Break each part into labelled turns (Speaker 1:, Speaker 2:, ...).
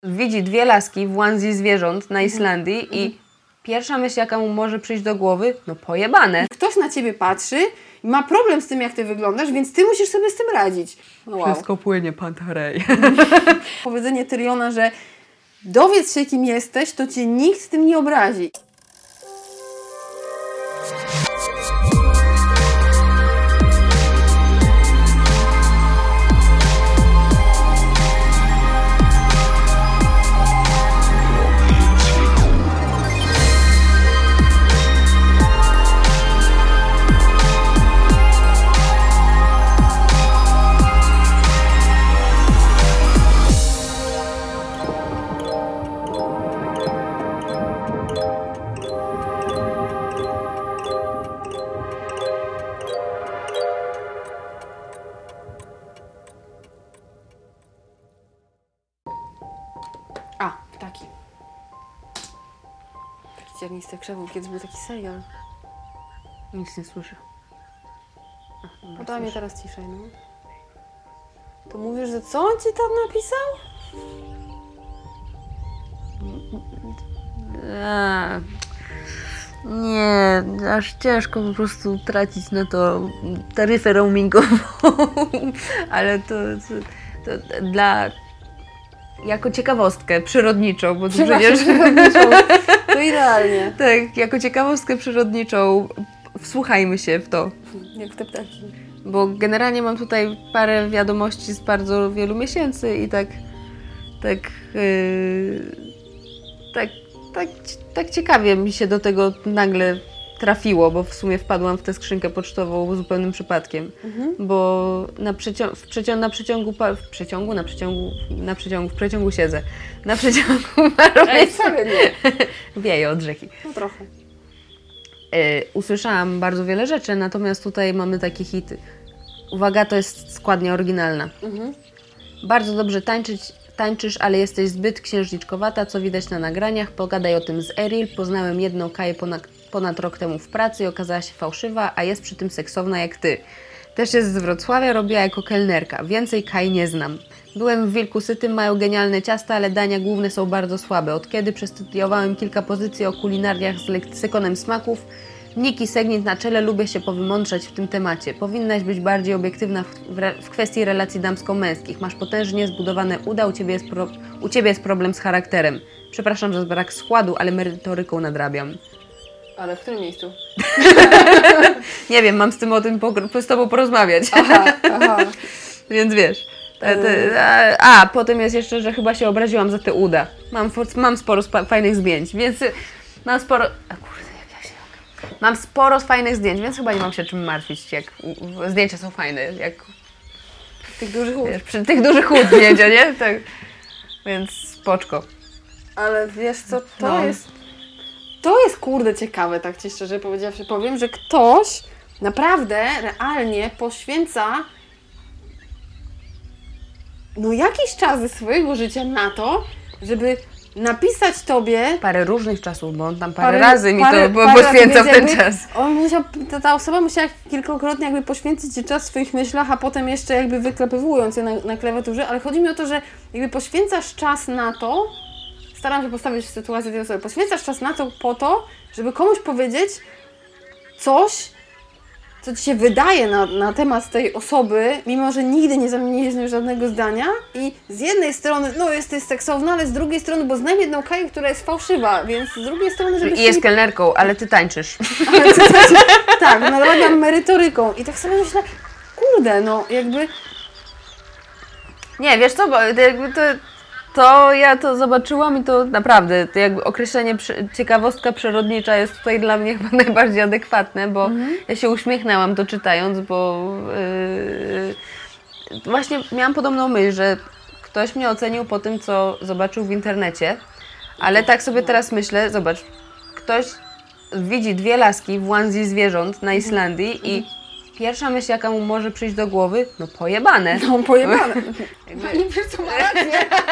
Speaker 1: Widzi dwie laski w onesie zwierząt na Islandii i pierwsza myśl, jaka mu może przyjść do głowy, no pojebane.
Speaker 2: Ktoś na ciebie patrzy i ma problem z tym, jak ty wyglądasz, więc ty musisz sobie z tym radzić. No wow.
Speaker 1: Wszystko płynie, Pantarej.
Speaker 2: Powiedzenie Tyriona, że dowiedz się, kim jesteś, to cię nikt tym nie obrazi. A, ptaki. Taki cierniste krzewów, kiedyś był taki serial.
Speaker 1: Nic nie słyszę.
Speaker 2: Podaj mnie teraz ciszej, no. To mówisz, że co on ci tam napisał?
Speaker 1: Nie, aż ciężko po prostu tracić na to taryfę roamingową, ale to dla... jako ciekawostkę przyrodniczą, bo tu przecież...
Speaker 2: To idealnie.
Speaker 1: Tak, jako ciekawostkę przyrodniczą wsłuchajmy się w to.
Speaker 2: Jak te ptaki.
Speaker 1: Bo generalnie mam tutaj parę wiadomości z bardzo wielu miesięcy i tak ciekawie mi się do tego nagle trafiło, bo w sumie wpadłam w tę skrzynkę pocztową zupełnym przypadkiem. Bo w przeciągu siedzę. Na przeciągu
Speaker 2: wcale nie.
Speaker 1: Wieje od rzeki.
Speaker 2: No trochę.
Speaker 1: Usłyszałam bardzo wiele rzeczy, natomiast tutaj mamy takie hity. Uwaga, to jest składnia oryginalna. Bardzo dobrze tańczysz, ale jesteś zbyt księżniczkowata, co widać na nagraniach. Pogadaj o tym z Eril. Poznałem jedną Kaję ponad rok temu w pracy i okazała się fałszywa, a jest przy tym seksowna jak ty. Też jest z Wrocławia, robiła jako kelnerka. Więcej Kaj nie znam. Byłem w Wilku Sytym, mają genialne ciasta, ale dania główne są bardzo słabe. Od kiedy przestudiowałem kilka pozycji o kulinariach z leksykonem smaków, Niki Segnit na czele, lubię się powymądrzać w tym temacie. Powinnaś być bardziej obiektywna w kwestii relacji damsko-męskich. Masz potężnie zbudowane uda, u ciebie jest problem z charakterem. Przepraszam za brak składu, ale merytoryką nadrabiam.
Speaker 2: Ale w którym miejscu?
Speaker 1: Nie wiem, mam z tym z tobą porozmawiać.
Speaker 2: Aha.
Speaker 1: Więc wiesz. Potem jest jeszcze, że chyba się obraziłam za te uda. Mam sporo fajnych zdjęć, więc mam sporo... Mam sporo fajnych zdjęć, więc chyba nie mam się czym martwić, jak zdjęcia są fajne, jak...
Speaker 2: Tych dużych łód.
Speaker 1: Wiesz, przy tych dużych łód zdjęcia, nie? Tak. Więc spoczko.
Speaker 2: Ale wiesz co, to jest kurde ciekawe, tak ci szczerze powiedziawszy. Powiem, że ktoś naprawdę, realnie poświęca jakiś czas ze swojego życia na to, żeby napisać tobie...
Speaker 1: Parę różnych czasów, bo on tam parę razy mi to poświęcał ten czas.
Speaker 2: Ta osoba musiała kilkukrotnie poświęcić ci czas w swoich myślach, a potem jeszcze wyklepywując je na klawiaturze, ale chodzi mi o to, że poświęcasz czas na to, staram się postawić w sytuacji tej osoby, poświęcasz czas na to po to, żeby komuś powiedzieć coś, co ci się wydaje na temat tej osoby, mimo że nigdy nie zamieniłeś z nią żadnego zdania i z jednej strony, jesteś seksowna, ale z drugiej strony, bo znam jedną Kaję, która jest fałszywa, więc z drugiej strony, żeby...
Speaker 1: I jest kelnerką, ale ty tańczysz.
Speaker 2: Tak, nadrabiam merytoryką i tak sobie myślę, kurde,
Speaker 1: Nie, wiesz co, bo ja to zobaczyłam i to naprawdę, określenie ciekawostka przyrodnicza jest tutaj dla mnie chyba najbardziej adekwatne, bo ja się uśmiechnęłam to czytając, bo właśnie miałam podobną myśl, że ktoś mnie ocenił po tym, co zobaczył w internecie, ale tak sobie teraz myślę, zobacz, ktoś widzi dwie laski w onesie zwierząt na Islandii i pierwsza myśl, jaka mu może przyjść do głowy, no pojebane.
Speaker 2: No pojebane. Nie wiesz, co ma rację.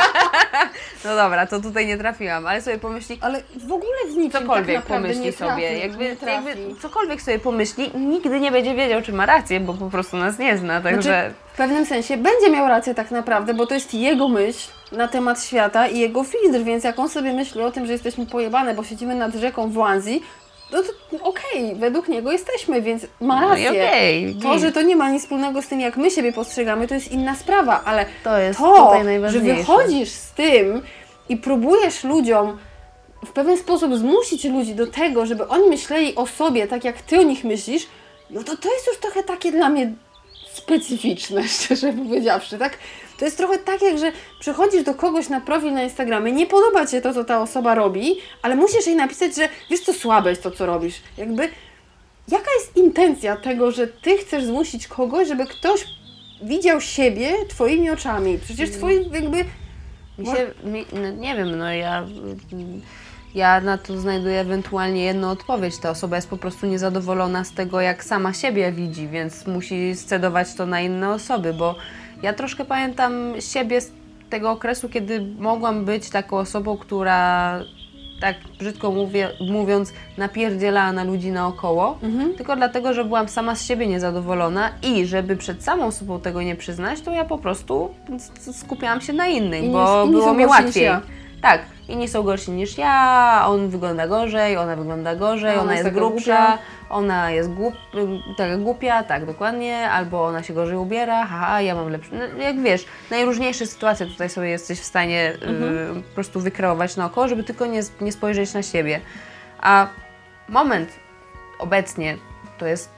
Speaker 1: No dobra, to tutaj nie trafiłam, ale sobie pomyśli,
Speaker 2: Ale w ogóle w niczym
Speaker 1: cokolwiek
Speaker 2: tak naprawdę
Speaker 1: pomyśli
Speaker 2: nie trafi,
Speaker 1: sobie,
Speaker 2: nie
Speaker 1: jakby
Speaker 2: trafi.
Speaker 1: cokolwiek sobie pomyśli, nigdy nie będzie wiedział, czy ma rację, bo po prostu nas nie zna, także...
Speaker 2: Znaczy, w pewnym sensie będzie miał rację tak naprawdę, bo to jest jego myśl na temat świata i jego filtr, więc jak on sobie myśli o tym, że jesteśmy pojebane, bo siedzimy nad rzeką w Łanzi, no to okej, według niego jesteśmy, więc ma
Speaker 1: No i
Speaker 2: rację.
Speaker 1: okej,
Speaker 2: To,
Speaker 1: git.
Speaker 2: że to nie ma nic wspólnego z tym, jak my siebie postrzegamy, to jest inna sprawa, ale
Speaker 1: To jest
Speaker 2: to,
Speaker 1: tutaj
Speaker 2: że
Speaker 1: najważniejsze.
Speaker 2: wychodzisz z tym i próbujesz ludziom w pewien sposób zmusić ludzi do tego, żeby oni myśleli o sobie tak, jak ty o nich myślisz, no to jest już trochę takie dla mnie specyficzne, szczerze powiedziawszy, tak? To jest trochę tak, jak że przychodzisz do kogoś na profil na Instagramie, nie podoba Cię to, co ta osoba robi, ale musisz jej napisać, że wiesz co, słabe jest to, co robisz. Jakby, jaka jest intencja tego, że Ty chcesz zmusić kogoś, żeby ktoś widział siebie Twoimi oczami? Przecież Twoi jakby...
Speaker 1: No, nie wiem, no ja na to znajduję ewentualnie jedną odpowiedź. Ta osoba jest po prostu niezadowolona z tego, jak sama siebie widzi, więc musi scedować to na inne osoby, bo ja troszkę pamiętam siebie z tego okresu, kiedy mogłam być taką osobą, która, tak brzydko mówiąc, napierdzielała na ludzi naokoło, tylko dlatego, że byłam sama z siebie niezadowolona i żeby przed samą sobą tego nie przyznać, to ja po prostu skupiałam się na innych, bo
Speaker 2: inni
Speaker 1: było
Speaker 2: są
Speaker 1: mi
Speaker 2: gorsi niż
Speaker 1: łatwiej.
Speaker 2: ja.
Speaker 1: Tak, inni są gorsi niż ja, on wygląda gorzej, ona wygląda gorzej,
Speaker 2: A
Speaker 1: ona jest
Speaker 2: taka
Speaker 1: grubsza,
Speaker 2: głupia.
Speaker 1: ona jest taka głupia, tak, dokładnie, albo ona się gorzej ubiera, haha, ja mam lepszy. No, jak wiesz, najróżniejsze sytuacje tutaj sobie jesteś w stanie po prostu wykreować naokoło, żeby tylko nie spojrzeć na siebie. A moment obecnie to jest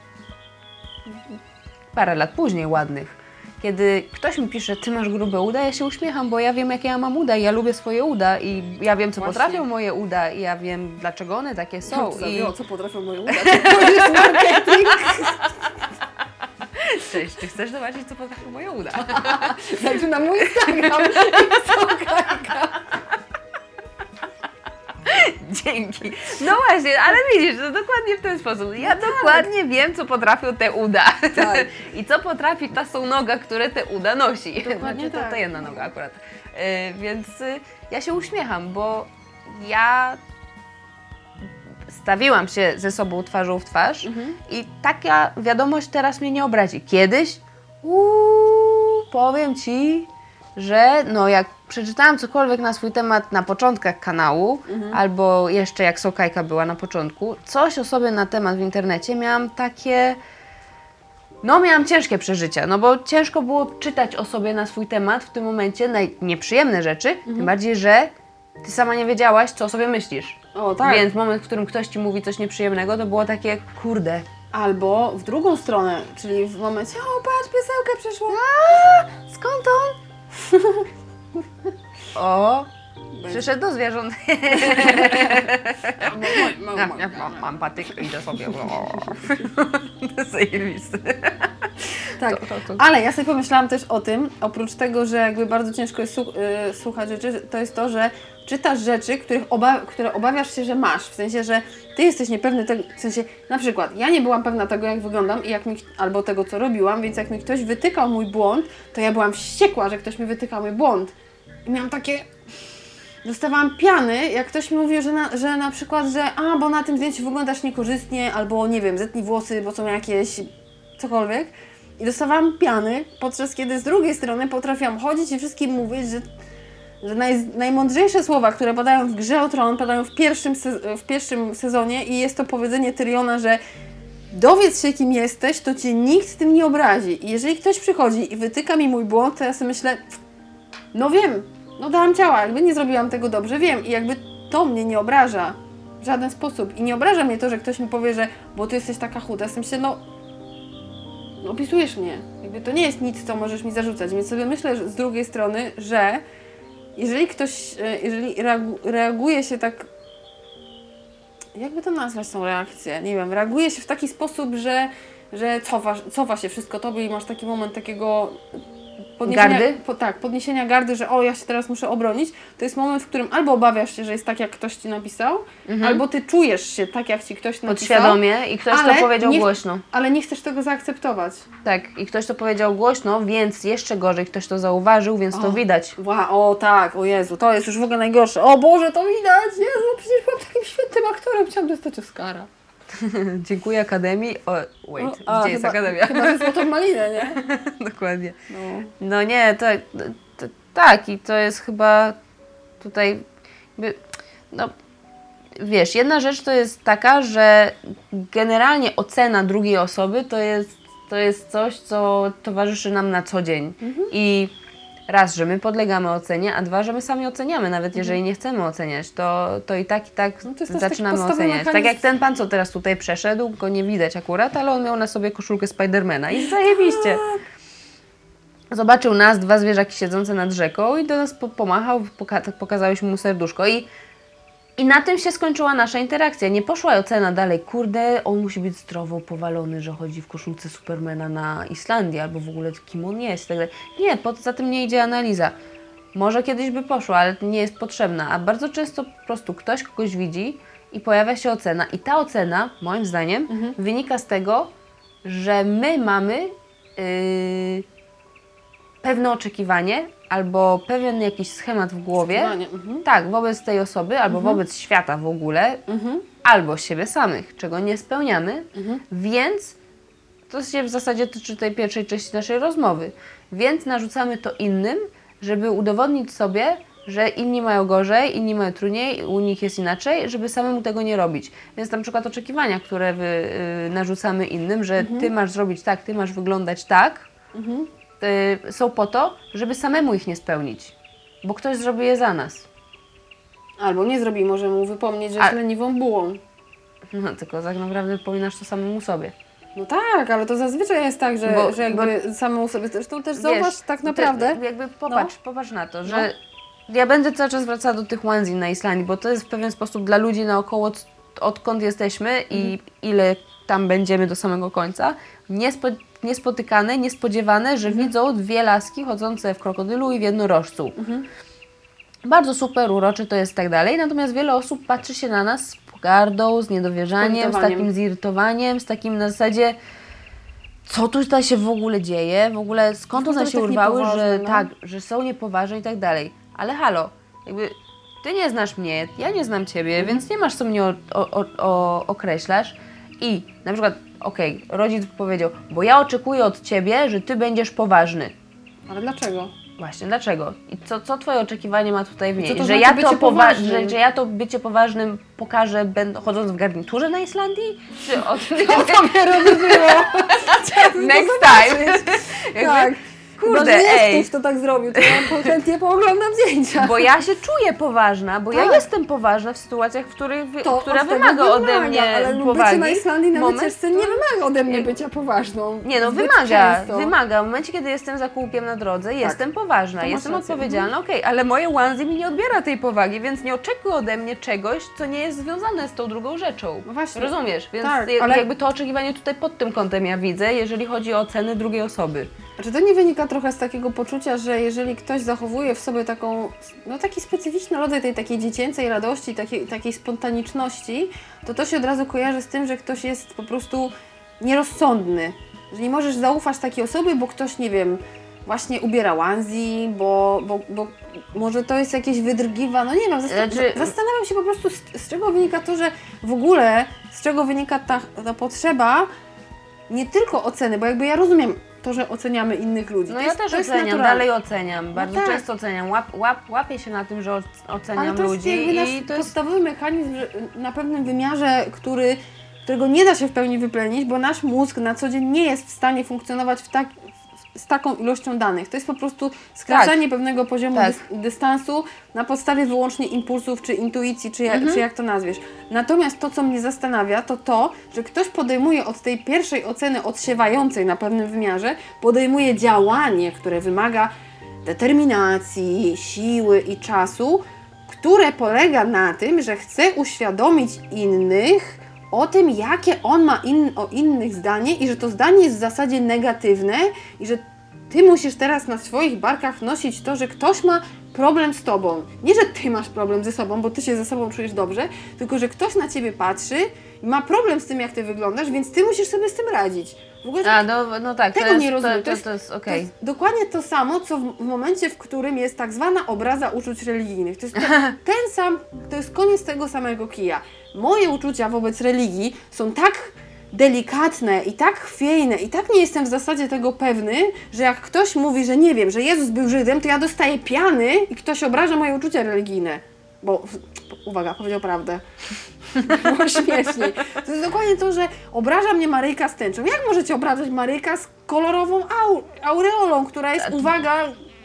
Speaker 1: parę lat później ładnych. Kiedy ktoś mi pisze, ty masz grube uda, ja się uśmiecham, bo ja wiem, jakie ja mam uda i ja lubię swoje uda i ja wiem, co
Speaker 2: Właśnie.
Speaker 1: potrafią moje uda i ja wiem, dlaczego one takie są.
Speaker 2: co potrafią moje udać? To jest marketing.
Speaker 1: Cześć, czy chcesz zobaczyć, co potrafią moje uda?
Speaker 2: Zajrzyj na mój Instagram.
Speaker 1: Dzięki. No właśnie, ale widzisz, to dokładnie w ten sposób. Ja dokładnie wiem, co potrafią te uda.
Speaker 2: Tak.
Speaker 1: I co potrafi ta są noga, które te uda nosi.
Speaker 2: Dokładnie
Speaker 1: Znaczy, to
Speaker 2: tak.
Speaker 1: jedna noga akurat. Więc ja się uśmiecham, bo ja stawiłam się ze sobą twarzą w twarz i taka wiadomość teraz mnie nie obrazi. Kiedyś, powiem Ci, że no jak przeczytałam cokolwiek na swój temat na początkach kanału, albo jeszcze jak Sokajka była na początku, coś o sobie na temat w internecie, miałam takie... No miałam ciężkie przeżycia, no bo ciężko było czytać o sobie na swój temat w tym momencie nieprzyjemne rzeczy, tym bardziej, że Ty sama nie wiedziałaś, co o sobie myślisz.
Speaker 2: O, tak.
Speaker 1: Więc moment, w którym ktoś Ci mówi coś nieprzyjemnego, to było takie, kurde,
Speaker 2: Albo w drugą stronę, czyli w momencie, o patrz, piesełka przeszła.
Speaker 1: skąd on? O, przyszedł do zwierząt. Mam patyk, idę sobie. Zajebisty.
Speaker 2: Tak,
Speaker 1: To.
Speaker 2: ale ja sobie pomyślałam też o tym, oprócz tego, że jakby bardzo ciężko jest słuchać rzeczy, to jest to, że czytasz rzeczy, które obawiasz się, że masz, w sensie, że Ty jesteś niepewny tego, w sensie, na przykład, ja nie byłam pewna tego, jak wyglądam i albo tego, co robiłam, więc jak mi ktoś wytykał mój błąd, to ja byłam wściekła, że ktoś mi wytykał mój błąd. I miałam takie... Dostawałam piany, jak ktoś mi mówił, że na przykład, że bo na tym zdjęciu wyglądasz niekorzystnie, albo nie wiem, zetnij włosy, bo są jakieś cokolwiek. I dostawałam piany, podczas kiedy z drugiej strony potrafiłam chodzić i wszystkim mówić, że najmądrzejsze słowa, które padają w Grze o Tron, padają w pierwszym sezonie i jest to powiedzenie Tyriona, że dowiedz się, kim jesteś, to Cię nikt tym nie obrazi. I jeżeli ktoś przychodzi i wytyka mi mój błąd, to ja sobie myślę, no wiem, no dałam ciała, jakby nie zrobiłam tego dobrze, wiem i jakby to mnie nie obraża w żaden sposób. I nie obraża mnie to, że ktoś mi powie, że bo Ty jesteś taka chuda, ja sobie myślę, no opisujesz mnie. Jakby to nie jest nic, co możesz mi zarzucać. Więc sobie myślę że z drugiej strony, że jeżeli ktoś, reaguje się tak, jakby to nazwać tą reakcję, nie wiem, reaguje się w taki sposób, że cofa się wszystko tobie i masz taki moment takiego
Speaker 1: Gardy?
Speaker 2: Podniesienia gardy, że ja się teraz muszę obronić, to jest moment, w którym albo obawiasz się, że jest tak, jak ktoś ci napisał, albo ty czujesz się tak, jak ci ktoś napisał.
Speaker 1: Podświadomie i ktoś to powiedział głośno.
Speaker 2: Ale nie chcesz tego zaakceptować.
Speaker 1: Tak, i ktoś to powiedział głośno, więc jeszcze gorzej, ktoś to zauważył, więc to widać.
Speaker 2: Tak, o Jezu, to jest już w ogóle najgorsze. O Boże, to widać! Jezu, przecież byłam takim świetnym aktorem, chciałam dostać Oscara.
Speaker 1: Dziękuję Akademii. Gdzie jest Akademia?
Speaker 2: Chyba ze Złotą Malinę, nie?
Speaker 1: Dokładnie. No nie, tak i to jest chyba tutaj wiesz, jedna rzecz to jest taka, że generalnie ocena drugiej osoby to jest coś, co towarzyszy nam na co dzień. I raz, że my podlegamy ocenie, a dwa, że my sami oceniamy, nawet jeżeli nie chcemy oceniać, to i tak zaczynamy oceniać. Tak jak ten pan, co teraz tutaj przeszedł, go nie widać akurat, ale on miał na sobie koszulkę Spidermana i zajebiście. Zobaczył nas, 2 zwierzaki siedzące nad rzeką i do nas pomachał, pokazałyśmy mu serduszko i na tym się skończyła nasza interakcja. Nie poszła ocena dalej, kurde, on musi być zdrowo powalony, że chodzi w koszulce Supermana na Islandii, albo w ogóle kim on jest i tak dalej. Nie, za tym nie idzie analiza. Może kiedyś by poszła, ale nie jest potrzebna, a bardzo często po prostu ktoś kogoś widzi i pojawia się ocena. I ta ocena, moim zdaniem, wynika z tego, że my mamy pewne oczekiwanie albo pewien jakiś schemat w głowie, tak, wobec tej osoby, albo wobec świata w ogóle, albo siebie samych, czego nie spełniamy, więc to się w zasadzie tyczy tej pierwszej części naszej rozmowy, więc narzucamy to innym, żeby udowodnić sobie, że inni mają gorzej, inni mają trudniej, u nich jest inaczej, żeby samemu tego nie robić. Więc na przykład oczekiwania, które narzucamy innym, że ty masz zrobić tak, ty masz wyglądać tak, są po to, żeby samemu ich nie spełnić, bo ktoś zrobi je za nas.
Speaker 2: Albo nie zrobi, może mu wypomnieć, że jest leniwą bułą.
Speaker 1: No tylko tak naprawdę wypominasz to samemu sobie.
Speaker 2: No tak, ale to zazwyczaj jest tak, że jakby samemu sobie, zresztą też zauważ tak naprawdę.
Speaker 1: Jakby popatrz na to, że ja będę cały czas wracała do tych onesie na Islandii, bo to jest w pewien sposób dla ludzi naokoło, odkąd jesteśmy i ile tam będziemy do samego końca, niespotykane, niespodziewane, że widzą 2 laski chodzące w krokodylu i w jednorożcu. Bardzo super, uroczy to jest i tak dalej, natomiast wiele osób patrzy się na nas z pogardą, z niedowierzaniem, z takim zirytowaniem, z takim na zasadzie co tutaj się w ogóle dzieje, w ogóle skąd one się urwały, że że są niepoważne i tak dalej. Ale halo, jakby ty nie znasz mnie, ja nie znam ciebie, więc nie masz co mnie określasz i na przykład rodzic powiedział, bo ja oczekuję od ciebie, że ty będziesz poważny.
Speaker 2: Ale dlaczego?
Speaker 1: Właśnie, dlaczego? I co twoje oczekiwanie ma tutaj wnieść?
Speaker 2: Że
Speaker 1: ja to bycie poważnym pokażę, chodząc w garniturze na Islandii? Czy o tym
Speaker 2: mnie rozumieło?
Speaker 1: Next time!
Speaker 2: Tak.
Speaker 1: Kurde,
Speaker 2: ktoś to tak zrobił, to ja chętnie pooglądam zdjęcia.
Speaker 1: Bo ja się czuję poważna, bo ja jestem poważna w sytuacjach, która wymaga ode mnie
Speaker 2: ale
Speaker 1: powagi.
Speaker 2: Bycie na Islandii na wycieczce nie wymaga ode mnie bycia poważną.
Speaker 1: Nie wymaga. W momencie, kiedy jestem za kółkiem na drodze, jestem poważna, jestem odpowiedzialna, ale moje onesie mi nie odbiera tej powagi, więc nie oczekuj ode mnie czegoś, co nie jest związane z tą drugą rzeczą.
Speaker 2: No właśnie.
Speaker 1: Rozumiesz? Więc
Speaker 2: ale
Speaker 1: jakby to oczekiwanie tutaj pod tym kątem ja widzę, jeżeli chodzi o oceny drugiej osoby.
Speaker 2: Czy to nie wynika trochę z takiego poczucia, że jeżeli ktoś zachowuje w sobie taki specyficzny rodzaj tej takiej dziecięcej radości, takiej spontaniczności, to się od razu kojarzy z tym, że ktoś jest po prostu nierozsądny. Że nie możesz zaufać takiej osobie, bo ktoś, nie wiem, właśnie ubiera onesie, bo może to jest jakieś wydrgiwa, no nie wiem, zastanawiam się po prostu z czego wynika to, że w ogóle z czego wynika ta potrzeba nie tylko oceny, bo jakby ja rozumiem to, że oceniamy innych ludzi.
Speaker 1: No ja też oceniam, dalej oceniam, bardzo często oceniam, łapię się na tym, że oceniam ludzi.
Speaker 2: I to jest podstawowy mechanizm że na pewnym wymiarze, którego nie da się w pełni wyplenić, bo nasz mózg na co dzień nie jest w stanie funkcjonować z taką ilością danych. To jest po prostu skracanie pewnego poziomu dystansu na podstawie wyłącznie impulsów, czy intuicji, czy jak to nazwiesz. Natomiast to, co mnie zastanawia, to, że ktoś podejmuje od tej pierwszej oceny odsiewającej na pewnym wymiarze, podejmuje działanie, które wymaga determinacji, siły i czasu, które polega na tym, że chce uświadomić innych o tym, jakie on ma o innych zdanie i że to zdanie jest w zasadzie negatywne i że ty musisz teraz na swoich barkach nosić to, że ktoś ma problem z tobą. Nie, że ty masz problem ze sobą, bo ty się ze sobą czujesz dobrze, tylko że ktoś na ciebie patrzy i ma problem z tym, jak ty wyglądasz, więc ty musisz sobie z tym radzić. W ogóle
Speaker 1: no tak,
Speaker 2: tego
Speaker 1: to jest,
Speaker 2: nie rozumiem.
Speaker 1: to jest
Speaker 2: To
Speaker 1: okej.
Speaker 2: jest dokładnie to samo, co w momencie, w którym jest tak zwana obraza uczuć religijnych. To jest to jest koniec tego samego kija. Moje uczucia wobec religii są tak delikatne i tak chwiejne i tak nie jestem w zasadzie tego pewny, że jak ktoś mówi, że nie wiem, że Jezus był Żydem, to ja dostaję piany i ktoś obraża moje uczucia religijne. Bo, uwaga, powiedział prawdę. Było śmieszniej. To jest dokładnie to, że obraża mnie Maryjka z tęczą. Jak możecie obrażać Maryjka z kolorową aureolą, która jest, uwaga,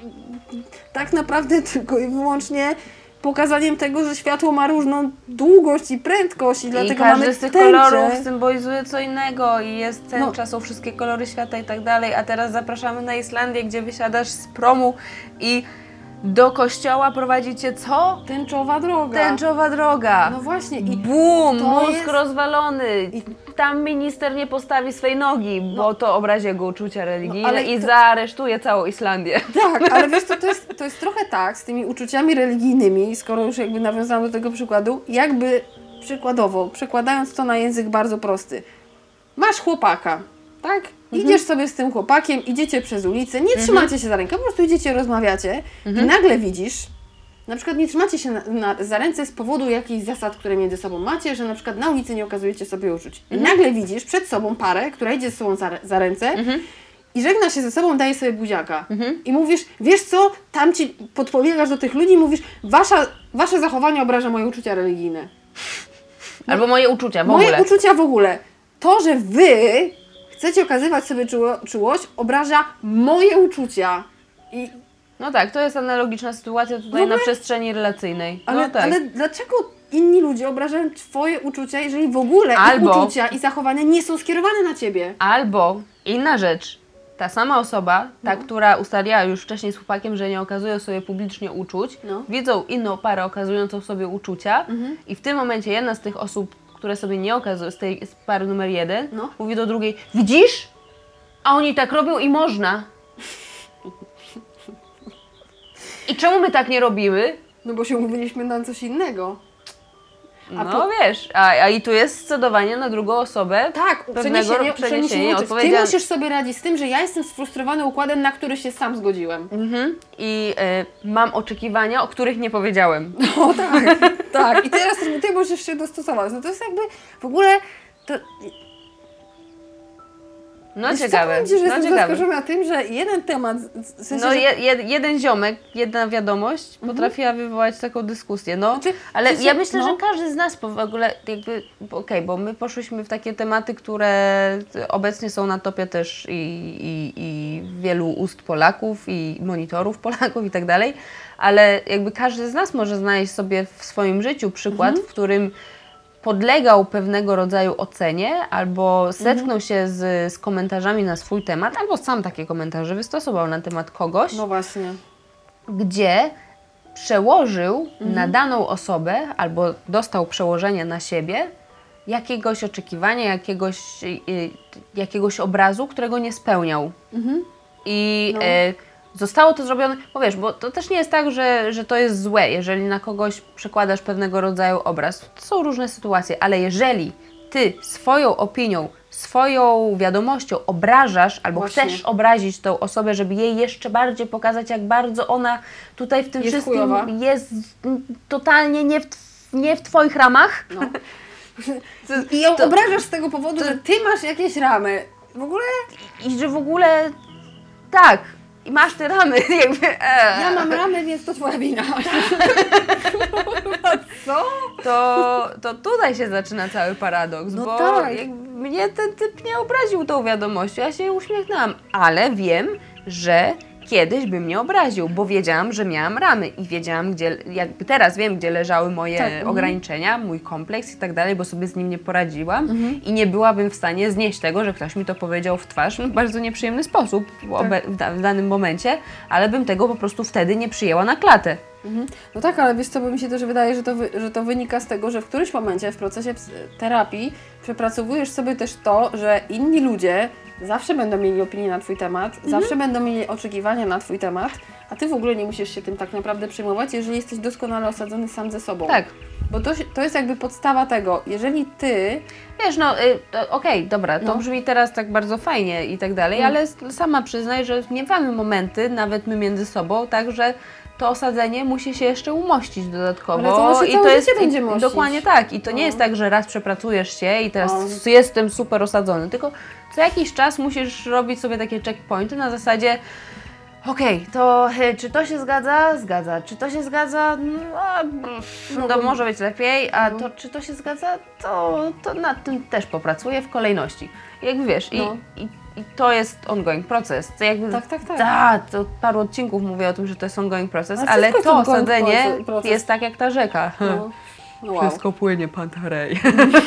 Speaker 2: tak naprawdę tylko i wyłącznie pokazaniem tego, że światło ma różną długość i prędkość i dlatego
Speaker 1: każdy
Speaker 2: mamy
Speaker 1: z tych
Speaker 2: tęczę.
Speaker 1: kolorów symbolizuje co innego i jest tęcza, są wszystkie kolory świata i tak dalej, a teraz zapraszamy na Islandię, gdzie wysiadasz z promu i do kościoła prowadzi cię co?
Speaker 2: Tęczowa droga.
Speaker 1: Tęczowa droga.
Speaker 2: No właśnie. I
Speaker 1: Bum,
Speaker 2: to
Speaker 1: mózg
Speaker 2: jest-
Speaker 1: rozwalony. Tam minister nie postawi swej nogi, bo to obrazi jego uczucia religijne
Speaker 2: ale
Speaker 1: i
Speaker 2: to-
Speaker 1: zaaresztuje całą Islandię.
Speaker 2: Tak, ale wiesz, to jest trochę tak z tymi uczuciami religijnymi, skoro już jakby nawiązałam do tego przykładu, jakby przykładowo, przekładając to na język bardzo prosty. Masz chłopaka, tak? Idziesz sobie z tym chłopakiem, idziecie przez ulicę, nie trzymacie się za rękę, po prostu idziecie, rozmawiacie i nagle widzisz, na przykład nie trzymacie się za ręce z powodu jakichś zasad, które między sobą macie, że na przykład na ulicy nie okazujecie sobie uczuć. I nagle widzisz przed sobą parę, która idzie z sobą za ręce i żegna się ze sobą, daje sobie buziaka. I mówisz, wiesz co, tam ci podpowiadasz do tych ludzi i mówisz, wasze zachowanie obraża moje uczucia religijne.
Speaker 1: Albo moje uczucia w
Speaker 2: Moje
Speaker 1: ogóle.
Speaker 2: uczucia w ogóle. To, że wy chcecie okazywać sobie czułość, obraża moje uczucia. I,
Speaker 1: No tak, to jest analogiczna sytuacja tutaj
Speaker 2: ogóle-
Speaker 1: na przestrzeni relacyjnej.
Speaker 2: ale,
Speaker 1: No tak.
Speaker 2: ale dlaczego inni ludzie obrażają twoje uczucia, jeżeli w ogóle ich
Speaker 1: Albo-
Speaker 2: uczucia i zachowania nie są skierowane na ciebie?
Speaker 1: Albo inna rzecz, ta sama osoba, ta, która ustaliła już wcześniej z chłopakiem, że nie okazuje sobie publicznie uczuć,
Speaker 2: No.
Speaker 1: widzą inną parę okazującą sobie uczucia i w tym momencie jedna z tych osób, które sobie nie okazuje, z pary numer 1,
Speaker 2: No.
Speaker 1: mówi do drugiej, widzisz? A oni tak robią i można. I czemu my tak nie robimy?
Speaker 2: No bo się umówiliśmy na coś innego.
Speaker 1: No wiesz, a i tu jest scedowanie na drugą osobę.
Speaker 2: Tak,
Speaker 1: pewnego przeniesienie
Speaker 2: Ty
Speaker 1: odpowiedzialności.
Speaker 2: musisz sobie radzić z tym, że ja jestem sfrustrowany układem, na który się sam zgodziłem.
Speaker 1: I mam oczekiwania, o których nie powiedziałem.
Speaker 2: O tak, tak. I teraz ty musisz się dostosować. No to jest jakby w ogóle... To,
Speaker 1: No
Speaker 2: wiesz co,
Speaker 1: ciekawe.
Speaker 2: powiem ci, że
Speaker 1: No
Speaker 2: jestem
Speaker 1: ciekawe.
Speaker 2: zaskoczona tym, że jeden temat, w sensie,
Speaker 1: No
Speaker 2: że
Speaker 1: jeden ziomek, jedna wiadomość potrafiła wywołać taką dyskusję, no.
Speaker 2: Znaczy,
Speaker 1: Ale
Speaker 2: w sensie,
Speaker 1: ja myślę,
Speaker 2: no.
Speaker 1: że każdy z nas w ogóle jakby, okej, bo my poszłyśmy w takie tematy, które obecnie są na topie też i wielu ust Polaków i monitorów Polaków i tak dalej, ale jakby każdy z nas może znaleźć sobie w swoim życiu przykład, w którym podlegał pewnego rodzaju ocenie, albo zetknął się z komentarzami na swój temat, albo sam takie komentarze wystosował na temat kogoś,
Speaker 2: No właśnie.
Speaker 1: gdzie przełożył na daną osobę, albo dostał przełożenie na siebie jakiegoś oczekiwania, jakiegoś obrazu, którego nie spełniał. I
Speaker 2: No.
Speaker 1: zostało to zrobione, bo wiesz, bo to też nie jest tak, że to jest złe, jeżeli na kogoś przekładasz pewnego rodzaju obraz. To są różne sytuacje, ale jeżeli ty swoją opinią, swoją wiadomością obrażasz albo
Speaker 2: Właśnie.
Speaker 1: chcesz obrazić tą osobę, żeby jej jeszcze bardziej pokazać, jak bardzo ona tutaj w tym
Speaker 2: Jest
Speaker 1: wszystkim
Speaker 2: chujowa.
Speaker 1: jest totalnie nie w twoich ramach.
Speaker 2: No. I ją obrażasz z tego powodu, że ty masz jakieś ramy. W ogóle
Speaker 1: I że w ogóle tak, i masz te ramy, jakby.
Speaker 2: ja mam ramy, więc to twoja wina. Co?
Speaker 1: To tutaj się zaczyna cały paradoks,
Speaker 2: No
Speaker 1: bo
Speaker 2: tak.
Speaker 1: mnie ten typ nie obraził tą wiadomością, ja się uśmiechnęłam, ale wiem, że kiedyś by mnie obraził, bo wiedziałam, że miałam ramy i wiedziałam, gdzie, jakby teraz wiem, gdzie leżały moje
Speaker 2: Tak,
Speaker 1: ograniczenia, mój kompleks i tak dalej, bo sobie z nim nie poradziłam i nie byłabym w stanie znieść tego, że ktoś mi to powiedział w twarz w bardzo nieprzyjemny sposób w danym momencie, ale bym tego po prostu wtedy nie przyjęła na klatę.
Speaker 2: No tak, ale wiesz co, bo mi się też wydaje, że to wynika z tego, że w którymś momencie w procesie terapii przepracowujesz sobie też to, że inni ludzie zawsze będą mieli opinię na Twój temat, zawsze będą mieli oczekiwania na Twój temat, a Ty w ogóle nie musisz się tym tak naprawdę przejmować, jeżeli jesteś doskonale osadzony sam ze sobą.
Speaker 1: Tak.
Speaker 2: Bo to jest jakby podstawa tego, jeżeli Ty...
Speaker 1: Wiesz, no okej, dobra, to
Speaker 2: No.
Speaker 1: brzmi teraz tak bardzo fajnie i tak dalej, ale sama przyznaj, że miewamy momenty, nawet my między sobą, tak, że to osadzenie musi się jeszcze umościć dodatkowo.
Speaker 2: Ale to się całe życie będzie mościć.
Speaker 1: Dokładnie tak. I to nie jest tak, że raz przepracujesz się i teraz jestem super osadzony, tylko co jakiś czas musisz robić sobie takie checkpointy na zasadzie okej, to czy to się zgadza? Zgadza. Czy to się zgadza? No, może być lepiej, a to czy to się zgadza? To nad tym też popracuję w kolejności. I jakby wiesz, i to jest ongoing proces. To jakby,
Speaker 2: Tak.
Speaker 1: to paru odcinków mówię o tym, że to jest ongoing proces,
Speaker 2: Ale
Speaker 1: ale
Speaker 2: wszystko jest
Speaker 1: to
Speaker 2: ongoing
Speaker 1: osadzenie
Speaker 2: proces.
Speaker 1: jest tak jak ta rzeka.
Speaker 2: No. Wow.
Speaker 1: Wszystko płynie, Pantarej.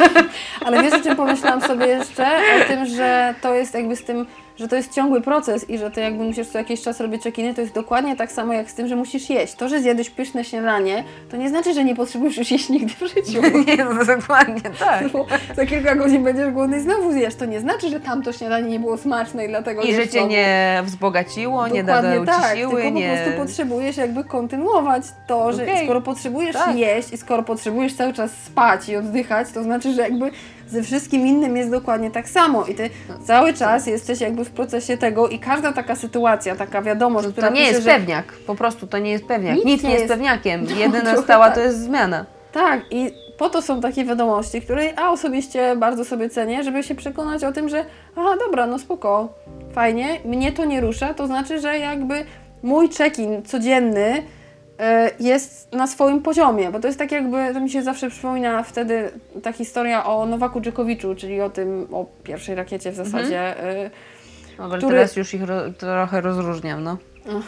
Speaker 2: Ale wiesz, o czym pomyślałam sobie jeszcze? O tym, że to jest jakby z tym, że to jest ciągły proces i że ty jakby musisz co jakiś czas robić check-iny, to jest dokładnie tak samo jak z tym, że musisz jeść. To, że zjadłeś pyszne śniadanie, to nie znaczy, że nie potrzebujesz już jeść nigdy w życiu.
Speaker 1: Nie, no dokładnie tak.
Speaker 2: Bo za kilka godzin będziesz głodny i znowu zjesz. To nie znaczy, że tamto śniadanie nie było smaczne i dlatego
Speaker 1: I że
Speaker 2: jesz
Speaker 1: cię
Speaker 2: znowu.
Speaker 1: nie wzbogaciło, nie dadało ci siły,
Speaker 2: tylko
Speaker 1: nie...
Speaker 2: po prostu potrzebujesz jakby kontynuować to, że skoro potrzebujesz jeść i skoro potrzebujesz cały czas spać i oddychać, to znaczy, że jakby ze wszystkim innym jest dokładnie tak samo i ty cały czas jesteś jakby w procesie tego i każda taka sytuacja, taka wiadomość, która
Speaker 1: To nie
Speaker 2: pisze,
Speaker 1: jest
Speaker 2: że...
Speaker 1: pewniak, po prostu to nie jest pewniak. Nic nie jest pewniakiem, jedyna
Speaker 2: trochę
Speaker 1: stała
Speaker 2: tak.
Speaker 1: to jest zmiana.
Speaker 2: Tak, i po to są takie wiadomości, które ja osobiście bardzo sobie cenię, żeby się przekonać o tym, że aha, dobra, no spoko, fajnie, mnie to nie rusza, to znaczy, że jakby mój check-in codzienny jest na swoim poziomie, bo to jest tak jakby, to mi się zawsze przypomina wtedy ta historia o Nowaku Dżokowiczu, czyli o pierwszej rakiecie w zasadzie,
Speaker 1: Dobra,
Speaker 2: który-
Speaker 1: teraz już ich trochę rozróżniam, no.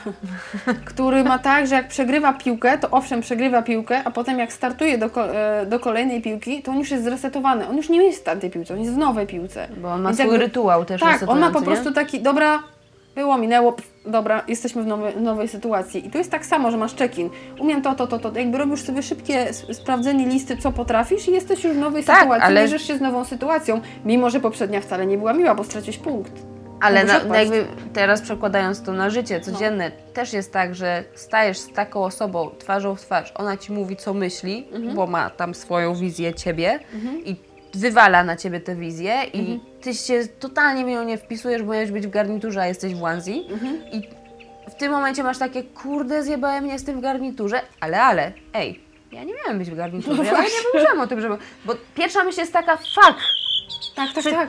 Speaker 2: który ma tak, że jak przegrywa piłkę, to owszem przegrywa piłkę, a potem jak startuje do kolejnej piłki, to on już jest zresetowany. On już nie jest w tamtej piłce, on jest w nowej piłce.
Speaker 1: Bo on ma
Speaker 2: Więc
Speaker 1: swój
Speaker 2: jakby-
Speaker 1: rytuał też
Speaker 2: Tak, on ma
Speaker 1: resetujący,
Speaker 2: po
Speaker 1: nie?
Speaker 2: prostu taki, dobra, było, minęło, dobra, jesteśmy w nowej sytuacji. I tu jest tak samo, że masz check-in. Umiem to. Jakby robisz sobie szybkie sprawdzenie listy, co potrafisz i jesteś już w nowej
Speaker 1: Tak,
Speaker 2: sytuacji,
Speaker 1: ale-
Speaker 2: mierzysz się z nową sytuacją, mimo że poprzednia wcale nie była miła, bo straciłeś punkt.
Speaker 1: Ale
Speaker 2: Możesz odpaść.
Speaker 1: jakby teraz przekładając to na życie codzienne, też jest tak, że stajesz z taką osobą twarzą w twarz, ona ci mówi co myśli, bo ma tam swoją wizję ciebie i wywala na ciebie tę wizję i ty się totalnie w nią nie wpisujesz, bo miałeś być w garniturze, a jesteś w onesie i w tym momencie masz takie, kurde, zjebałem, nie jestem w garniturze, ale, ej, ja nie miałem być w garniturze, ja nawet nie pomyślałam o tym, żeby, bo pierwsza myśl jest taka, fuck,
Speaker 2: Tak.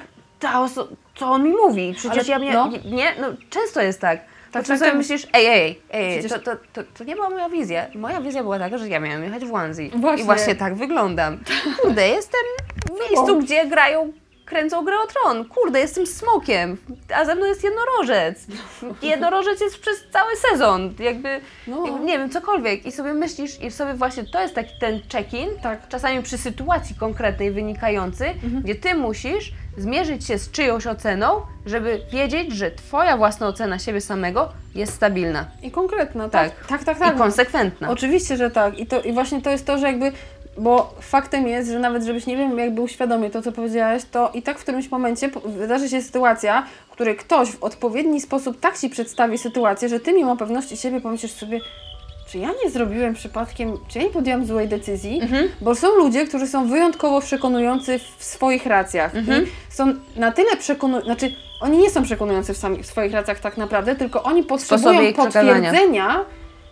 Speaker 1: co on mi mówi? Przecież
Speaker 2: Ale-
Speaker 1: ja mnie,
Speaker 2: no.
Speaker 1: no często jest tak. Po czym
Speaker 2: tak,
Speaker 1: sobie
Speaker 2: tak.
Speaker 1: myślisz, ej,
Speaker 2: Przecież-
Speaker 1: to nie była moja wizja. Moja wizja była taka, że ja miałam jechać w onesie.
Speaker 2: Właśnie.
Speaker 1: I właśnie tak wyglądam. Kurde, jestem w miejscu, gdzie kręcą grę o tron. Kurde, jestem smokiem, a ze mną jest jednorożec. Jednorożec jest przez cały sezon. Jakby, nie wiem, cokolwiek. I sobie myślisz, i sobie właśnie to jest taki ten check-in,
Speaker 2: Tak.
Speaker 1: czasami przy sytuacji konkretnej wynikający, gdzie ty musisz zmierzyć się z czyjąś oceną, żeby wiedzieć, że twoja własna ocena siebie samego jest stabilna.
Speaker 2: I konkretna,
Speaker 1: Tak.
Speaker 2: tak.
Speaker 1: I konsekwentna.
Speaker 2: Oczywiście, że tak. I właśnie to jest to, że jakby, bo faktem jest, że nawet żebyś nie wiem, jakby uświadomił to, co powiedziałaś, to i tak w którymś momencie wydarzy się sytuacja, w której ktoś w odpowiedni sposób tak ci przedstawi sytuację, że ty mimo pewności siebie pomyślisz sobie, czy ja nie zrobiłem przypadkiem, czy ja nie podjęłam złej decyzji, bo są ludzie, którzy są wyjątkowo przekonujący w swoich racjach i są na tyle przekonujący, znaczy oni nie są przekonujący w swoich racjach tak naprawdę, tylko oni potrzebują
Speaker 1: ich przekazania.
Speaker 2: potwierdzenia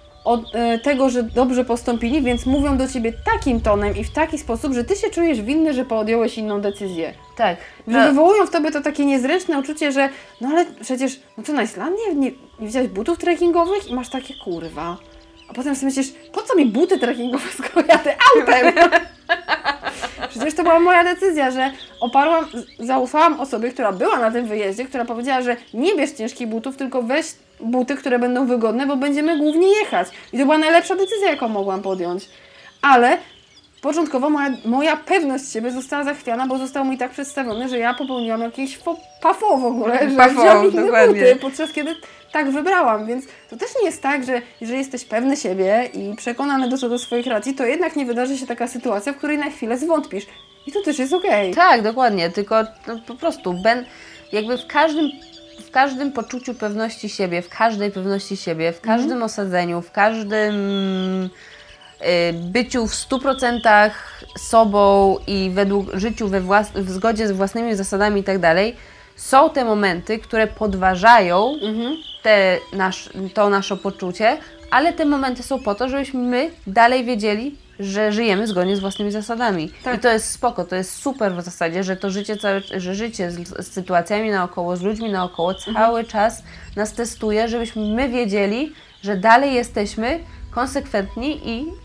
Speaker 2: tego, że dobrze postąpili, więc mówią do ciebie takim tonem i w taki sposób, że ty się czujesz winny, że podjąłeś inną decyzję.
Speaker 1: Tak.
Speaker 2: Że wywołują w tobie to takie niezręczne uczucie, że no ale przecież, no co na Islandii nie widziałeś butów trekkingowych i masz takie kurwa. A potem sobie myślisz, po co mi buty trekkingowe, skoro jadę autem? Przecież to była moja decyzja, że zaufałam osobie, która była na tym wyjeździe, która powiedziała, że nie bierz ciężkich butów, tylko weź buty, które będą wygodne, bo będziemy głównie jechać. I to była najlepsza decyzja, jaką mogłam podjąć. Ale początkowo moja pewność siebie została zachwiana, bo został mi tak przedstawiony, że ja popełniłam jakieś pafo w ogóle, że wziąłam inne buty, podczas kiedy tak wybrałam, więc to też nie jest tak, że jeżeli jesteś pewny siebie i przekonany co do swoich racji, to jednak nie wydarzy się taka sytuacja, w której na chwilę zwątpisz. I to też jest okej.
Speaker 1: Tak, dokładnie, tylko no, po prostu jakby w każdym poczuciu pewności siebie, w każdej pewności siebie, w każdym osadzeniu, w każdym byciu w 100% sobą i życiu w zgodzie z własnymi zasadami i tak dalej, są te momenty, które podważają to nasze poczucie, ale te momenty są po to, żebyśmy my dalej wiedzieli, że żyjemy zgodnie z własnymi zasadami.
Speaker 2: Tak.
Speaker 1: I to jest spoko, to jest super w zasadzie, że to życie, że życie z sytuacjami naokoło, z ludźmi naokoło cały czas nas testuje, żebyśmy my wiedzieli, że dalej jesteśmy konsekwentni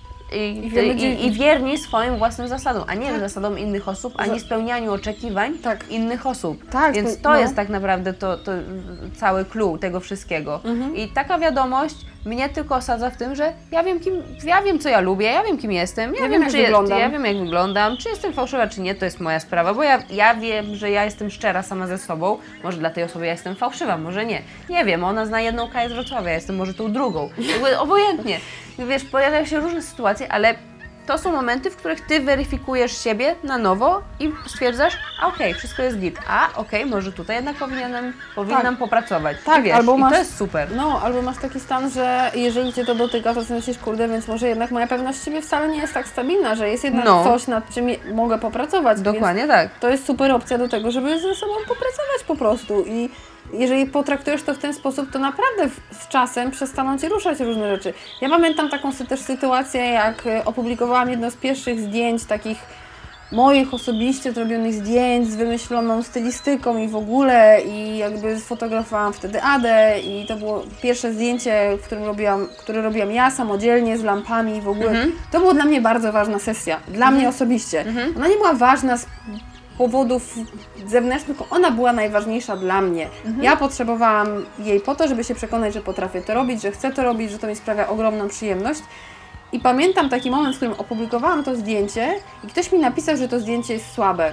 Speaker 1: i wierni swoim własnym zasadom, a nie zasadom innych osób, ani spełnianiu oczekiwań innych osób.
Speaker 2: Tak,
Speaker 1: więc to jest tak naprawdę to cały clue tego wszystkiego. I taka wiadomość mnie tylko osadza w tym, że ja wiem co ja lubię, ja wiem kim jestem, ja wiem jak wyglądam, czy jestem fałszywa, czy nie, to jest moja sprawa, bo ja wiem, że ja jestem szczera sama ze sobą, może dla tej osoby ja jestem fałszywa, może nie. Nie wiem, ona zna jedną Kaję z Wrocławia, ja jestem może tą drugą. Jakby obojętnie. Wiesz, pojawiają się różne sytuacje, ale to są momenty, w których ty weryfikujesz siebie na nowo i stwierdzasz, okej, wszystko jest git, może tutaj jednak powinnam popracować.
Speaker 2: Tak,
Speaker 1: I wiesz,
Speaker 2: albo
Speaker 1: to jest super.
Speaker 2: No, albo masz taki stan, że jeżeli cię to dotyka, to sobie myślisz, kurde, więc może jednak moja pewność siebie wcale nie jest tak stabilna, że jest jednak coś, nad czym mogę popracować.
Speaker 1: Dokładnie tak.
Speaker 2: To jest super opcja do tego, żeby ze sobą popracować po prostu i jeżeli potraktujesz to w ten sposób, to naprawdę z czasem przestaną cię ruszać różne rzeczy. Ja pamiętam taką też sytuację, jak opublikowałam jedno z pierwszych zdjęć takich moich osobiście zrobionych zdjęć z wymyśloną stylistyką i w ogóle i jakby sfotografowałam wtedy Adę i to było pierwsze zdjęcie, które robiłam ja samodzielnie z lampami i w ogóle. To było dla mnie bardzo ważna sesja, dla mnie osobiście. Ona nie była ważna z powodów zewnętrznych, tylko ona była najważniejsza dla mnie. Ja potrzebowałam jej po to, żeby się przekonać, że potrafię to robić, że chcę to robić, że to mi sprawia ogromną przyjemność. I pamiętam taki moment, w którym opublikowałam to zdjęcie i ktoś mi napisał, że to zdjęcie jest słabe.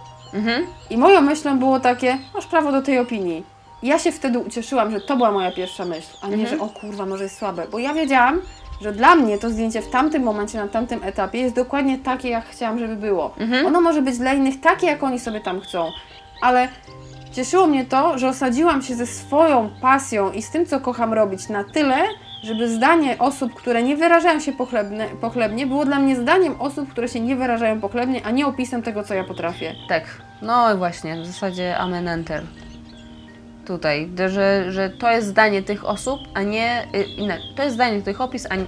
Speaker 2: I moją myślą było takie, masz prawo do tej opinii. I ja się wtedy ucieszyłam, że to była moja pierwsza myśl, a nie, że o kurwa, może jest słabe. Bo ja wiedziałam, że dla mnie to zdjęcie w tamtym momencie, na tamtym etapie jest dokładnie takie, jak chciałam, żeby było. Ono może być dla innych takie, jak oni sobie tam chcą, ale cieszyło mnie to, że osadziłam się ze swoją pasją i z tym, co kocham robić na tyle, żeby zdanie osób, które nie wyrażają się pochlebnie, było dla mnie zdaniem osób, które się nie wyrażają pochlebnie, a nie opisem tego, co ja potrafię.
Speaker 1: Tak, no i właśnie, w zasadzie amen enter. Tutaj, że to jest zdanie tych osób, a nie to jest zdanie tych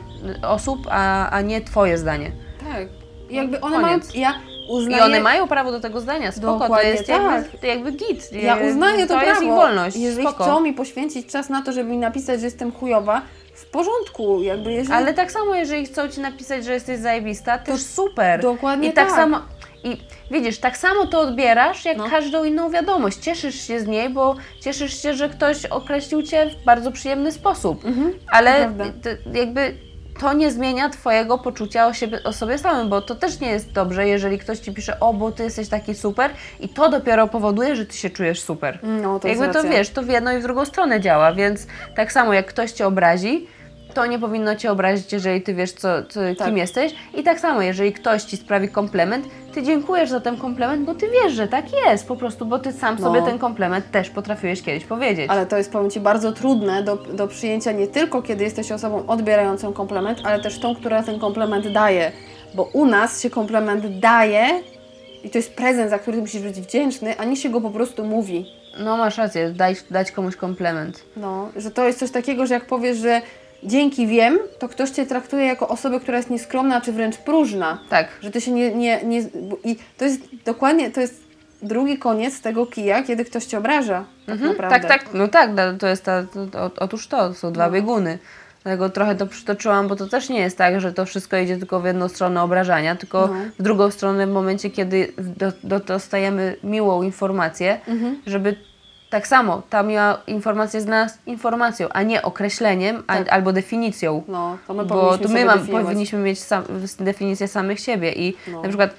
Speaker 1: osób, a nie twoje zdanie.
Speaker 2: Tak. I jakby one
Speaker 1: Koniec.
Speaker 2: mają.
Speaker 1: I one mają prawo do tego zdania, spoko,
Speaker 2: Dokładnie,
Speaker 1: to jest jakby git.
Speaker 2: Ja uznaję to prawo.
Speaker 1: jest ich wolność,
Speaker 2: jeżeli
Speaker 1: spoko.
Speaker 2: chcą mi poświęcić czas na to, żeby mi napisać, że jestem chujowa, w porządku, jakby jeżeli...
Speaker 1: Ale tak samo, jeżeli chcą ci napisać, że jesteś zajebista, to super.
Speaker 2: Dokładnie
Speaker 1: I tak
Speaker 2: tak.
Speaker 1: samo. I widzisz, tak samo to odbierasz, jak każdą inną wiadomość. Cieszysz się z niej, bo cieszysz się, że ktoś określił cię w bardzo przyjemny sposób. Ale jakby to nie zmienia twojego poczucia o sobie samym, bo to też nie jest dobrze, jeżeli ktoś ci pisze, bo ty jesteś taki super i to dopiero powoduje, że ty się czujesz super.
Speaker 2: No, to
Speaker 1: jakby
Speaker 2: jest racja.
Speaker 1: to wiesz, to w jedną i w drugą stronę działa, więc tak samo jak ktoś cię obrazi, to nie powinno cię obrazić, jeżeli ty wiesz, kim jesteś. I tak samo, jeżeli ktoś ci sprawi komplement, ty dziękujesz za ten komplement, bo ty wiesz, że tak jest, po prostu, bo ty sam sobie ten komplement też potrafiłeś kiedyś powiedzieć.
Speaker 2: Ale to jest, powiem ci, bardzo trudne do przyjęcia nie tylko, kiedy jesteś osobą odbierającą komplement, ale też tą, która ten komplement daje. Bo u nas się komplement daje i to jest prezent, za który musisz być wdzięczny, a nie się go po prostu mówi.
Speaker 1: No masz rację, dać komuś komplement.
Speaker 2: No, że to jest coś takiego, że jak powiesz, że dzięki wiem, to ktoś cię traktuje jako osobę, która jest nieskromna, czy wręcz próżna.
Speaker 1: Tak.
Speaker 2: Że ty się nie i to jest dokładnie, to jest drugi koniec tego kija, kiedy ktoś cię obraża. Tak naprawdę.
Speaker 1: Tak, to jest otóż to są dwa bieguny. Dlatego trochę to przytoczyłam, bo to też nie jest tak, że to wszystko idzie tylko w jedną stronę obrażania, tylko w drugą stronę w momencie, kiedy dostajemy miłą informację, żeby tak samo ta miła informacja jest dla nas informacją, a nie określeniem albo definicją.
Speaker 2: No, to my
Speaker 1: bo
Speaker 2: powinniśmy
Speaker 1: powinniśmy mieć definicję samych siebie i na przykład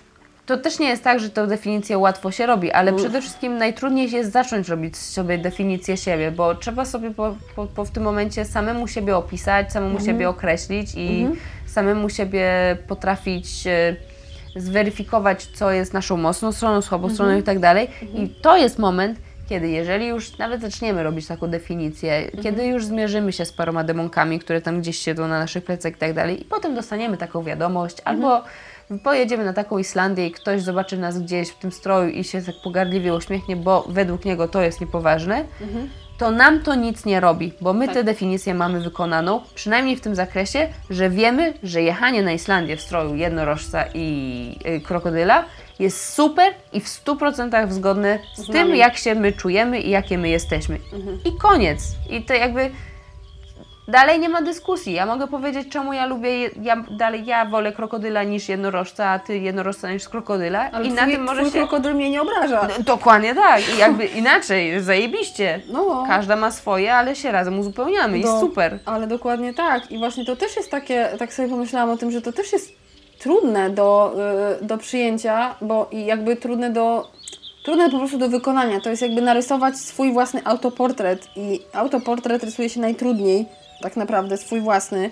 Speaker 1: to też nie jest tak, że tę definicję łatwo się robi, ale przede wszystkim najtrudniej jest zacząć robić sobie definicję siebie, bo trzeba sobie w tym momencie samemu siebie opisać, samemu siebie określić i samemu siebie potrafić zweryfikować, co jest naszą mocną stroną, słabą stroną i tak dalej. I to jest moment, Kiedy, jeżeli już nawet zaczniemy robić taką definicję, kiedy już zmierzymy się z paroma demonkami, które tam gdzieś siedzą na naszych plecach i tak dalej, i potem dostaniemy taką wiadomość, albo pojedziemy na taką Islandię i ktoś zobaczy nas gdzieś w tym stroju i się tak pogardliwie uśmiechnie, bo według niego to jest niepoważne, to nam to nic nie robi, bo my tę definicję mamy wykonaną, przynajmniej w tym zakresie, że wiemy, że jechanie na Islandię w stroju jednorożca i krokodyla jest super i w 100% zgodne z tym, jak się my czujemy i jakie my jesteśmy. I koniec. I to jakby dalej nie ma dyskusji. Ja mogę powiedzieć, czemu ja lubię, ja wolę krokodyla niż jednorożca, a ty jednorożca niż krokodyla.
Speaker 2: Ale
Speaker 1: i na tym może
Speaker 2: twój
Speaker 1: się...
Speaker 2: krokodyl mnie nie obraża.
Speaker 1: No, dokładnie tak. I jakby inaczej, zajebiście.
Speaker 2: No.
Speaker 1: Każda ma swoje, ale się razem uzupełniamy i super.
Speaker 2: Ale dokładnie tak. I właśnie to też jest takie, tak sobie pomyślałam o tym, że to też jest trudne do przyjęcia, bo i jakby trudne po prostu do wykonania. To jest jakby narysować swój własny autoportret i autoportret rysuje się najtrudniej, tak naprawdę, swój własny,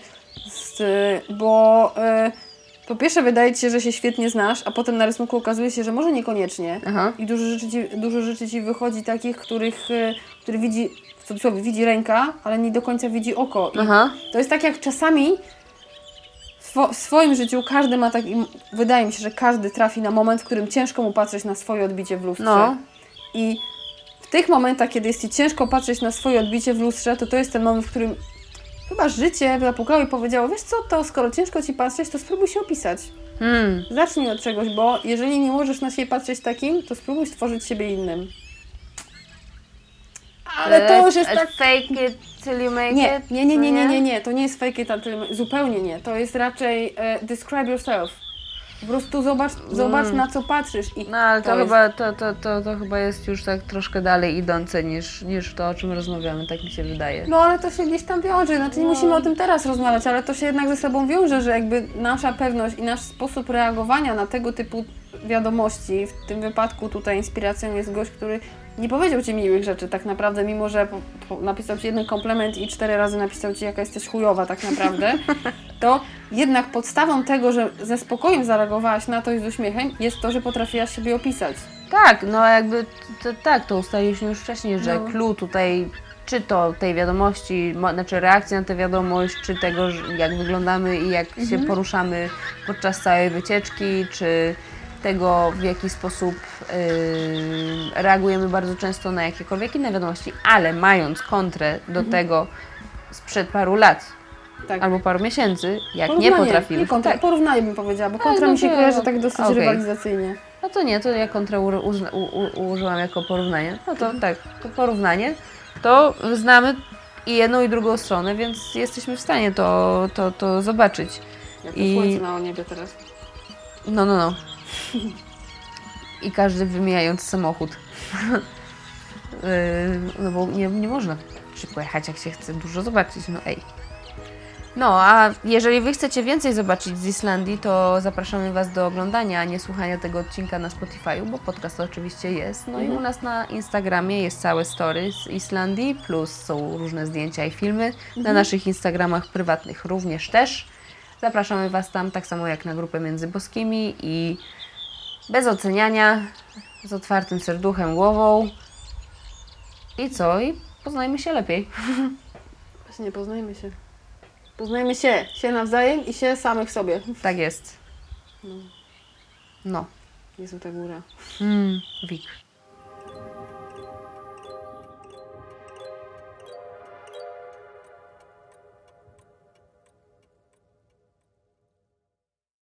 Speaker 2: bo po pierwsze wydaje Ci się, że się świetnie znasz, a potem na rysunku okazuje się, że może niekoniecznie.
Speaker 1: Aha.
Speaker 2: I dużo rzeczy Ci wychodzi takich, które widzi, w cudzysłowie, widzi ręka, ale nie do końca widzi oko. I
Speaker 1: Aha.
Speaker 2: to jest tak, jak czasami w swoim życiu każdy ma taki, wydaje mi się, że każdy trafi na moment, w którym ciężko mu patrzeć na swoje odbicie w lustrze.
Speaker 1: No.
Speaker 2: I w tych momentach, kiedy jest Ci ciężko patrzeć na swoje odbicie w lustrze, to jest ten moment, w którym chyba życie zapukało i powiedziało, wiesz co, to skoro ciężko Ci patrzeć, to spróbuj się opisać. Zacznij od czegoś, bo jeżeli nie możesz na siebie patrzeć takim, to spróbuj stworzyć siebie innym. Ale to już jest tak...
Speaker 1: Fake it till you make
Speaker 2: Nie,
Speaker 1: it?
Speaker 2: nie, to nie jest fake it, zupełnie nie. To jest raczej describe yourself. Po prostu zobacz na co patrzysz. I
Speaker 1: No ale to
Speaker 2: jest...
Speaker 1: chyba, to chyba jest już tak troszkę dalej idące niż to, o czym rozmawiamy, tak mi się wydaje.
Speaker 2: No ale to się gdzieś tam wiąże, znaczy nie musimy o tym teraz rozmawiać, ale to się jednak ze sobą wiąże, że jakby nasza pewność i nasz sposób reagowania na tego typu wiadomości, w tym wypadku tutaj inspiracją jest gość, który nie powiedział Ci miłych rzeczy tak naprawdę, mimo że napisał Ci jeden komplement i 4 razy napisał Ci, jaka jesteś chujowa tak naprawdę, to jednak podstawą tego, że ze spokojem zareagowałaś na to i z uśmiechem, jest to, że potrafiłaś siebie opisać.
Speaker 1: Tak, no jakby to ustaliliśmy już wcześniej, że clue tutaj, czy to tej wiadomości, znaczy reakcji na tę wiadomość, czy tego, jak wyglądamy i jak się poruszamy podczas całej wycieczki, czy tego, w jaki sposób reagujemy bardzo często na jakiekolwiek inne wiadomości, ale mając kontrę do tego sprzed paru lat,
Speaker 2: Tak.
Speaker 1: albo paru miesięcy, jak nie potrafimy.
Speaker 2: Tak. Porównanie bym powiedziała, bo kontra
Speaker 1: no
Speaker 2: mi się
Speaker 1: to-
Speaker 2: kojarzy tak dosyć
Speaker 1: okej.
Speaker 2: rywalizacyjnie.
Speaker 1: No to nie, to ja kontrę użyłam jako porównanie. No to tak, to porównanie, to znamy i jedną i drugą stronę, więc jesteśmy w stanie to zobaczyć.
Speaker 2: Jak to
Speaker 1: I-
Speaker 2: słońce na niebie teraz.
Speaker 1: No. I każdy wymijający samochód. No bo nie można szybko jechać, jak się chce dużo zobaczyć, no ej. No, a jeżeli Wy chcecie więcej zobaczyć z Islandii, to zapraszamy Was do oglądania, a nie słuchania tego odcinka na Spotify'u, bo podcast to oczywiście jest. No i u nas na Instagramie jest całe story z Islandii, plus są różne zdjęcia i filmy. Na naszych Instagramach prywatnych również też. Zapraszamy Was tam, tak samo jak na grupę Między Boskimi i bez oceniania, z otwartym serduchem, głową. I co? I poznajmy się lepiej.
Speaker 2: Właśnie, poznajmy się. Poznajmy się nawzajem i się samych sobie.
Speaker 1: Tak jest. No.
Speaker 2: Jezu, ta góra.
Speaker 1: Wik.